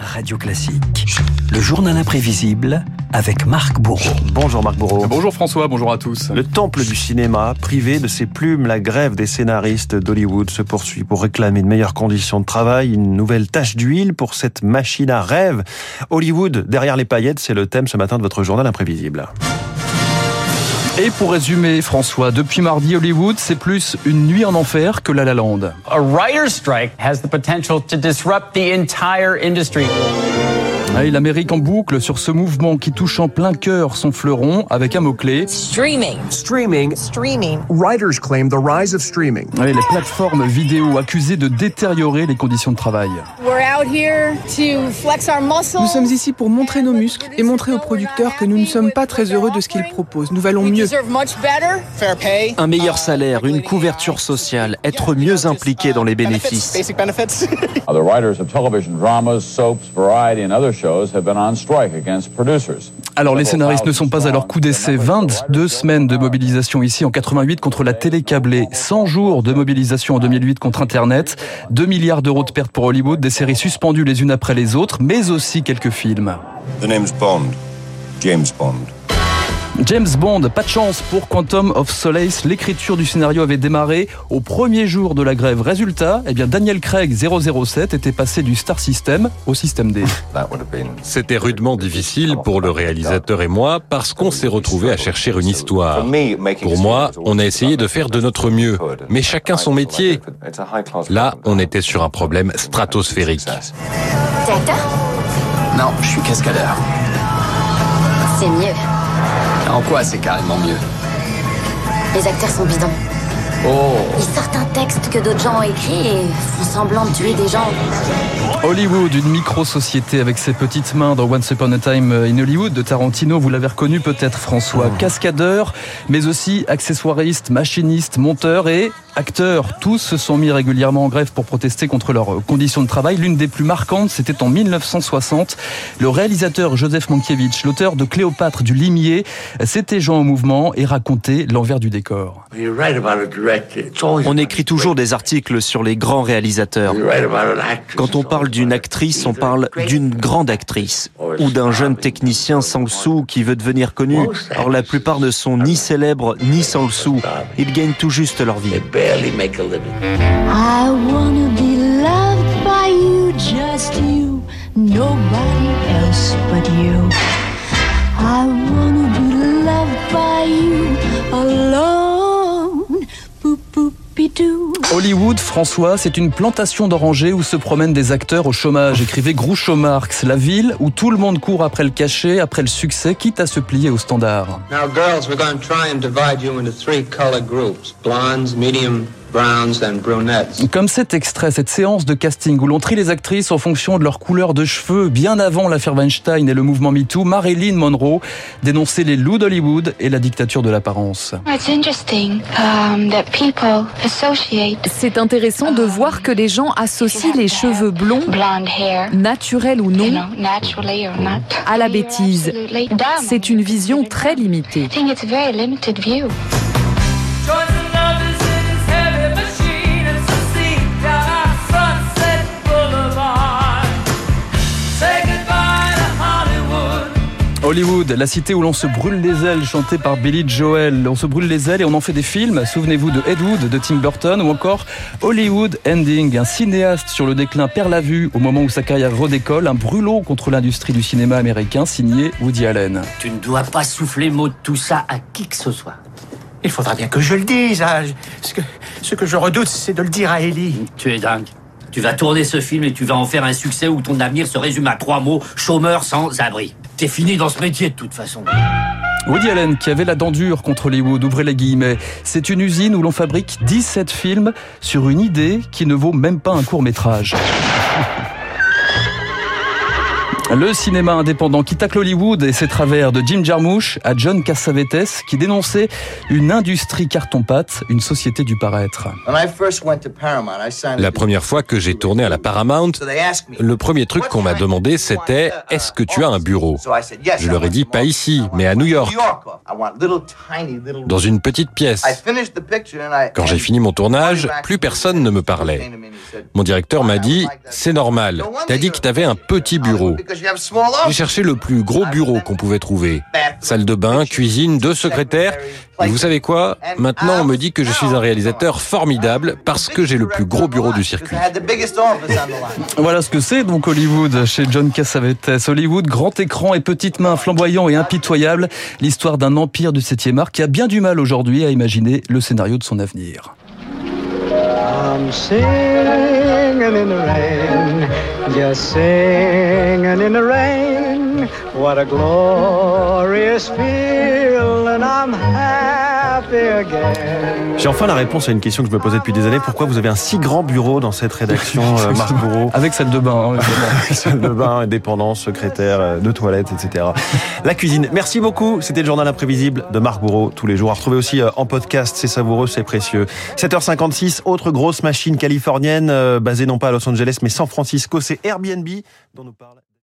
Radio Classique. Le journal imprévisible avec Marc Bourreau. Bonjour Marc Bourreau. Bonjour François, bonjour à tous. Le temple du cinéma, privé de ses plumes, la grève des scénaristes d'Hollywood se poursuit pour réclamer de meilleures conditions de travail, une nouvelle tache d'huile pour cette machine à rêve. Hollywood, derrière les paillettes, c'est le thème ce matin de votre journal imprévisible. Et pour résumer, François, depuis mardi, Hollywood, c'est plus une nuit en enfer que La La Land. A writer's strike has the potential to disrupt the entire industry. Et l'Amérique en boucle sur ce mouvement qui touche en plein cœur son fleuron avec un mot-clé. Streaming. Writers claim the rise of streaming. Les plateformes vidéo accusées de détériorer les conditions de travail. Nous sommes ici pour montrer nos muscles et montrer aux producteurs que nous ne sommes pas très heureux de ce qu'ils proposent. Nous valons mieux. Un meilleur salaire, une couverture sociale, être mieux impliqué dans les bénéfices. The writers of television dramas, soaps, variety and other shows have been on strike against producers. Alors les scénaristes ne sont pas à leur coup d'essai. 22 semaines de mobilisation ici en 88 contre la télé câblée, 100 jours de mobilisation en 2008 contre Internet, 2 milliards d'euros de pertes pour Hollywood, des séries suspendues les unes après les autres, mais aussi quelques films. The name's Bond. James Bond. James Bond, pas de chance pour Quantum of Solace. L'écriture du scénario avait démarré au premier jour de la grève. Résultat, Daniel Craig 007 était passé du Star System au Système D. C'était rudement difficile pour le réalisateur et moi parce qu'on s'est retrouvés à chercher une histoire. Pour moi, on a essayé de faire de notre mieux, mais chacun son métier. Là, on était sur un problème stratosphérique. T'es acteur ? Non, je suis cascadeur. C'est mieux. En quoi c'est carrément mieux? Les acteurs sont bidons. Oh. Ils sortent un texte que d'autres gens ont écrit et font semblant de tuer des gens. Hollywood, une micro-société avec ses petites mains dans Once Upon a Time in Hollywood de Tarantino. Vous l'avez reconnu peut-être, François. Cascadeur, mais aussi accessoiriste, machiniste, monteur et acteurs. Tous se sont mis régulièrement en grève pour protester contre leurs conditions de travail. L'une des plus marquantes, c'était en 1960. Le réalisateur Joseph Mankiewicz, l'auteur de Cléopâtre du Limier, s'était joint au mouvement et racontait l'envers du décor. On écrit toujours des articles sur les grands réalisateurs. Quand on parle d'une actrice, on parle d'une grande actrice ou d'un jeune technicien sans le sou qui veut devenir connu. Or, la plupart ne sont ni célèbres ni sans le sou. Ils gagnent tout juste leur vie. I wanna be loved by you, just you, nobody else but you. I wanna be loved by you, alone, boop boop bidoo. Hollywood, François, c'est une plantation d'orangers où se promènent des acteurs au chômage, écrivait Groucho Marx. La ville où tout le monde court après le cachet, après le succès, quitte à se plier aux standards. Now girls, we're going to try and divide you into 3 color groups: blondes, medium browns and brunettes. Comme cet extrait, cette séance de casting où l'on trie les actrices en fonction de leur couleur de cheveux, bien avant l'affaire Weinstein et le mouvement MeToo, Marilyn Monroe dénonçait les loups d'Hollywood et la dictature de l'apparence. C'est intéressant de voir que les gens associent les cheveux blonds, naturels ou non, à la bêtise. C'est une vision très limitée. Hollywood, la cité où l'on se brûle les ailes, chanté par Billy Joel. On se brûle les ailes et on en fait des films. Souvenez-vous de Ed Wood, de Tim Burton, ou encore Hollywood Ending. Un cinéaste sur le déclin perd la vue au moment où sa carrière redécolle. Un brûlot contre l'industrie du cinéma américain, signé Woody Allen. Tu ne dois pas souffler mot de tout ça à qui que ce soit. Il faudra bien que je le dise. Ce que je redoute, c'est de le dire à Ellie. Tu es dingue. Tu vas tourner ce film et tu vas en faire un succès où ton avenir se résume à 3 mots: chômeur sans abri. T'es fini dans ce métier de toute façon. Woody Allen, qui avait la dent dure contre Hollywood, ouvrez les guillemets. C'est une usine où l'on fabrique 17 films sur une idée qui ne vaut même pas un court-métrage. Le cinéma indépendant qui tacle Hollywood et ses travers, de Jim Jarmusch à John Cassavetes qui dénonçait une industrie carton-pâte, une société du paraître. La première fois que j'ai tourné à la Paramount, le premier truc qu'on m'a demandé c'était « Est-ce que tu as un bureau ?» Je leur ai dit « Pas ici, mais à New York, dans une petite pièce. » Quand j'ai fini mon tournage, plus personne ne me parlait. Mon directeur m'a dit « C'est normal, t'as dit que t'avais un petit bureau. » J'ai cherché le plus gros bureau qu'on pouvait trouver. Salle de bain, cuisine, 2 secrétaires. Et vous savez quoi ? Maintenant, on me dit que je suis un réalisateur formidable parce que j'ai le plus gros bureau du circuit. Voilà ce que c'est donc Hollywood chez John Cassavetes. Hollywood, grand écran et petites mains, flamboyant et impitoyable. L'histoire d'un empire du 7e art qui a bien du mal aujourd'hui à imaginer le scénario de son avenir. I'm singing in the rain, just singing in the rain. What a glorious feeling, I'm happy again. J'ai enfin la réponse à une question que je me posais depuis des années. Pourquoi vous avez un si grand bureau dans cette rédaction, Marc Bourreau ? Avec salle de bain, salle de bain, dépendance, secrétaire, 2 toilettes, etc. La cuisine. Merci beaucoup. C'était le journal imprévisible de Marc Bourreau tous les jours. À retrouver aussi en podcast. C'est savoureux, c'est précieux. 7h56, autre grosse machine californienne basée non pas à Los Angeles mais San Francisco. C'est Airbnb dont nous parle